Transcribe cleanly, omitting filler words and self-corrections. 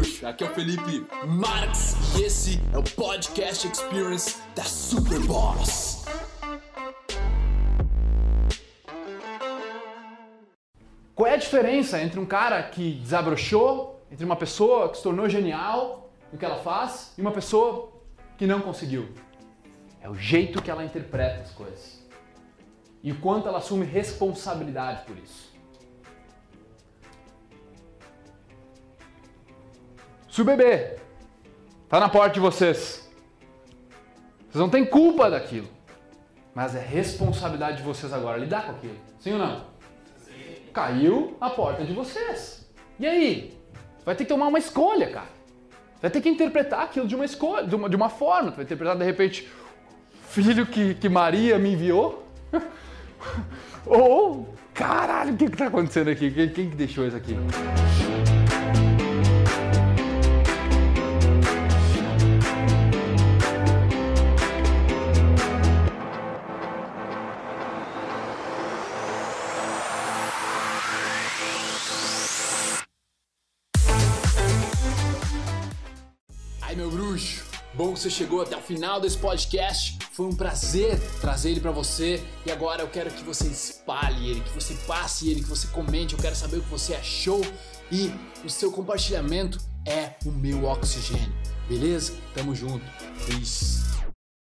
bruxo, aqui é o Felipe Marques e esse é o Podcast Experience da Superboss. Qual é a diferença entre um cara que desabrochou, entre uma pessoa que se tornou genial no que ela faz e uma pessoa que não conseguiu? É o jeito que ela interpreta as coisas e o quanto ela assume responsabilidade por isso. Se o bebê tá na porta de vocês não têm culpa daquilo, mas é responsabilidade de vocês agora lidar com aquilo, sim ou não? Caiu a porta de vocês. E aí? Vai ter que tomar uma escolha, cara. Vai ter que interpretar aquilo de uma escolha, de uma forma. Tu vai interpretar, de repente, filho que Maria me enviou. Ou, caralho, o que tá acontecendo aqui? Quem que deixou isso aqui? Ai, meu bruxo, bom que você chegou até o final desse podcast. Foi um prazer trazer ele pra você e agora eu quero que você espalhe ele, que você passe ele, que você comente. Eu quero saber o que você achou e o seu compartilhamento é o meu oxigênio, beleza? Tamo junto. Peace.